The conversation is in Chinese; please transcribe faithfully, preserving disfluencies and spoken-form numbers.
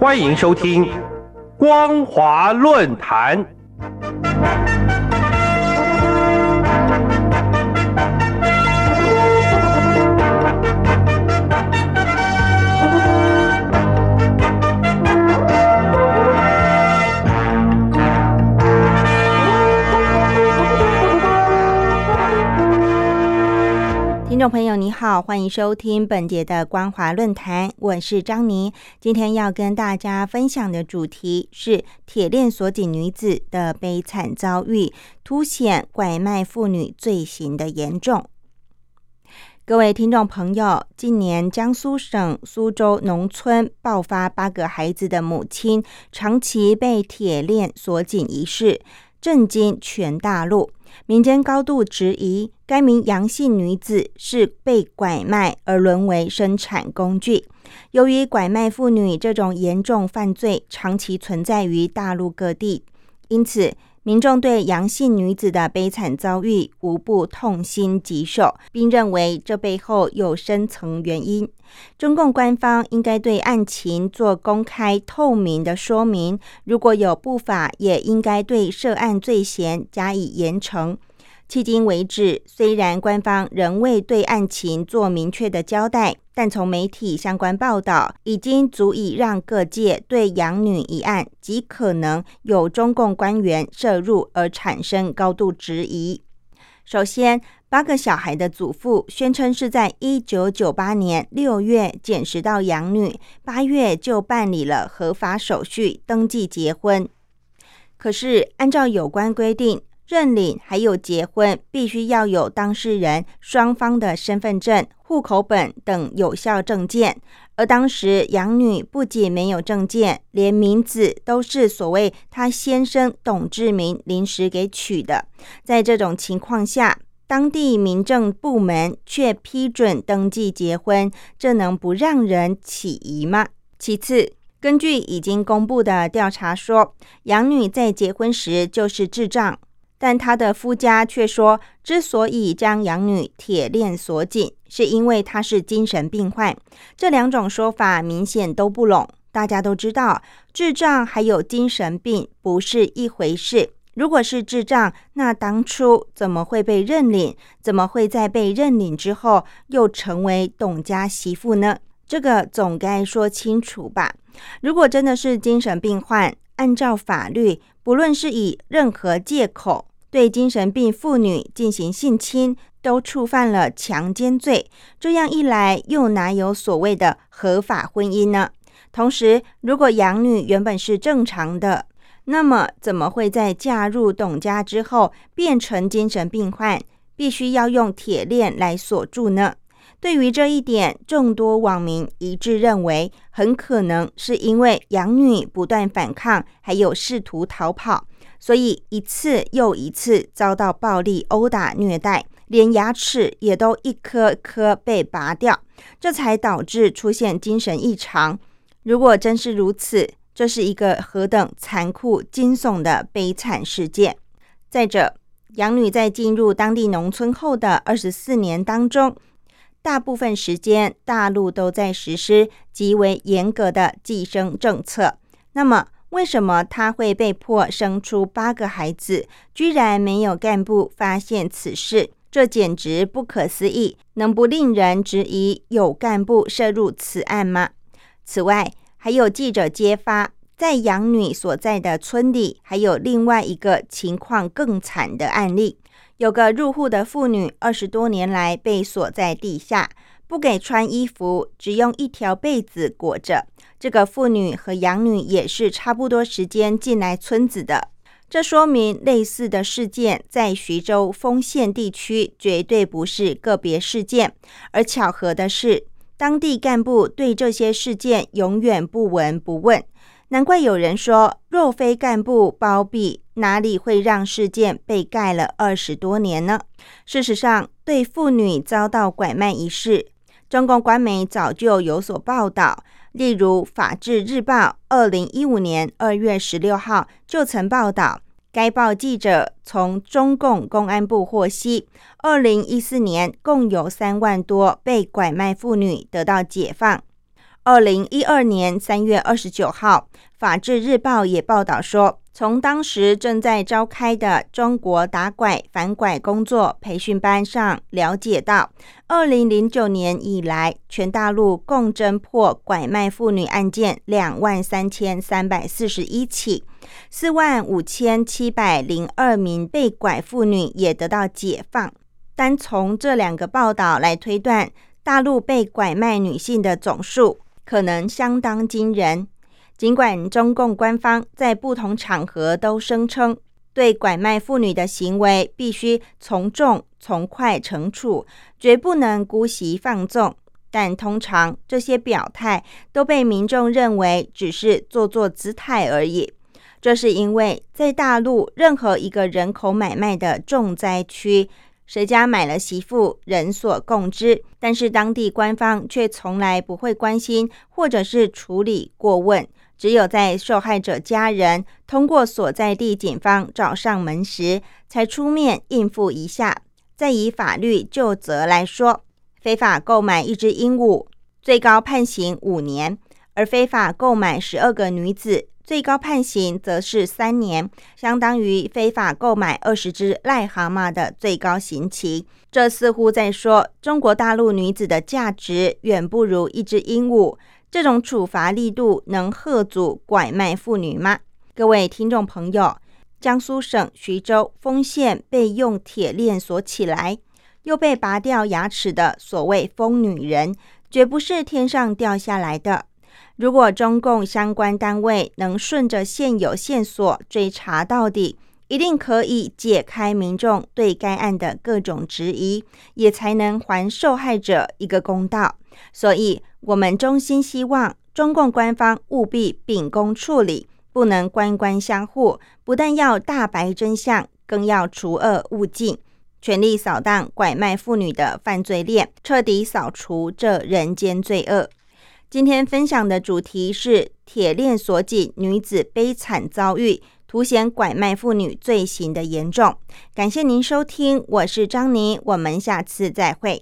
欢迎收听光华论坛。 听众朋友你好，欢迎收听本节的光华论坛，我是张妮。今天要跟大家分享的主题是铁链锁紧女子的悲惨遭遇，凸显拐卖妇女罪行的严重。各位听众朋友，近年江苏省苏州农村爆发八个孩子的母亲长期被铁链锁紧一事，震惊全大陆。民间高度质疑该名杨姓女子是被拐卖而沦为生产工具。由于拐卖妇女这种严重犯罪长期存在于大陆各地，因此民众对杨姓女子的悲惨遭遇无不痛心疾首，并认为这背后有深层原因。中共官方应该对案情做公开透明的说明，如果有不法，也应该对涉案罪嫌加以严惩。迄今为止，虽然官方仍未对案情做明确的交代，但从媒体相关报道已经足以让各界对养女一案极可能有中共官员涉入而产生高度质疑。首先，八个小孩的祖父宣称是在一九九八年六月捡拾到养女，八月就办理了合法手续登记结婚。可是按照有关规定，认领还有结婚必须要有当事人双方的身份证、户口本等有效证件，而当时养女不仅没有证件，连名字都是所谓她先生董志明临时给取的。在这种情况下，当地民政部门却批准登记结婚，这能不让人起疑吗？其次，根据已经公布的调查说，养女在结婚时就是智障，但她的夫家却说，之所以将养女铁链锁紧，是因为她是精神病患。这两种说法明显都不拢。大家都知道，智障还有精神病不是一回事。如果是智障，那当初怎么会被认领？怎么会在被认领之后又成为董家媳妇呢？这个总该说清楚吧。如果真的是精神病患，按照法律，不论是以任何借口对精神病妇女进行性侵，都触犯了强奸罪。这样一来，又哪有所谓的合法婚姻呢？同时，如果养女原本是正常的，那么怎么会在嫁入董家之后变成精神病患，必须要用铁链来锁住呢？对于这一点，众多网民一致认为，很可能是因为养女不断反抗，还有试图逃跑，所以一次又一次遭到暴力殴打虐待，连牙齿也都一颗颗被拔掉，这才导致出现精神异常。如果真是如此，这是一个何等残酷惊悚的悲惨事件。再者，养女在进入当地农村后的二十四年当中，大部分时间大陆都在实施极为严格的计生政策。那么为什么她会被迫生出八个孩子，居然没有干部发现此事？这简直不可思议，能不令人质疑有干部涉入此案吗？此外，还有记者揭发，在养女所在的村里，还有另外一个情况更惨的案例。有个入户的妇女，二十多年来被锁在地下，不给穿衣服，只用一条被子裹着。这个妇女和养女也是差不多时间进来村子的。这说明类似的事件在徐州丰县地区绝对不是个别事件，而巧合的是，当地干部对这些事件永远不闻不问。难怪有人说，若非干部包庇，哪里会让事件被盖了二十多年呢？事实上，对妇女遭到拐卖一事，中共官媒早就有所报道。例如，《法制日报》二零一五年二月十六号就曾报道，该报记者从中共公安部获悉，二零一四年共有三万多被拐卖妇女得到解放。 二零一二年三月二十九号，法制日报也报道说，从当时正在召开的中国打拐反拐工作培训班上了解到，二零零九年以来，全大陆共侦破拐卖妇女案件两万三千三百四十一起，四万五千七百零二名被拐妇女也得到解放。单从这两个报道来推断，大陆被拐卖女性的总数可能相当惊人。尽管中共官方在不同场合都声称对拐卖妇女的行为必须从重从快惩处，绝不能姑息放纵，但通常这些表态都被民众认为只是做做姿态而已。这是因为在大陆任何一个人口买卖的重灾区，谁家买了媳妇，人所共知，但是当地官方却从来不会关心或者是处理过问，只有在受害者家人通过所在地警方找上门时，才出面应付一下。再以法律究责来说，非法购买一只鹦鹉，最高判刑五年，而非法购买十二个女子，最高判刑则是三年，相当于非法购买二十只癞蛤蟆的最高刑期。这似乎在说，中国大陆女子的价值远不如一只鹦鹉。这种处罚力度能吓阻拐卖妇女吗？各位听众朋友，江苏省徐州丰县被用铁链锁起来，又被拔掉牙齿的所谓疯女人，绝不是天上掉下来的。如果中共相关单位能顺着现有线索追查到底，一定可以解开民众对该案的各种质疑，也才能还受害者一个公道。所以我们衷心希望中共官方务必秉公处理，不能官官相护，不但要大白真相，更要除恶务尽，全力扫荡拐卖妇女的犯罪链，彻底扫除这人间罪恶。今天分享的主题是铁链锁紧女子悲惨遭遇，凸显拐卖妇女罪行的严重。感谢您收听，我是张妮，我们下次再会。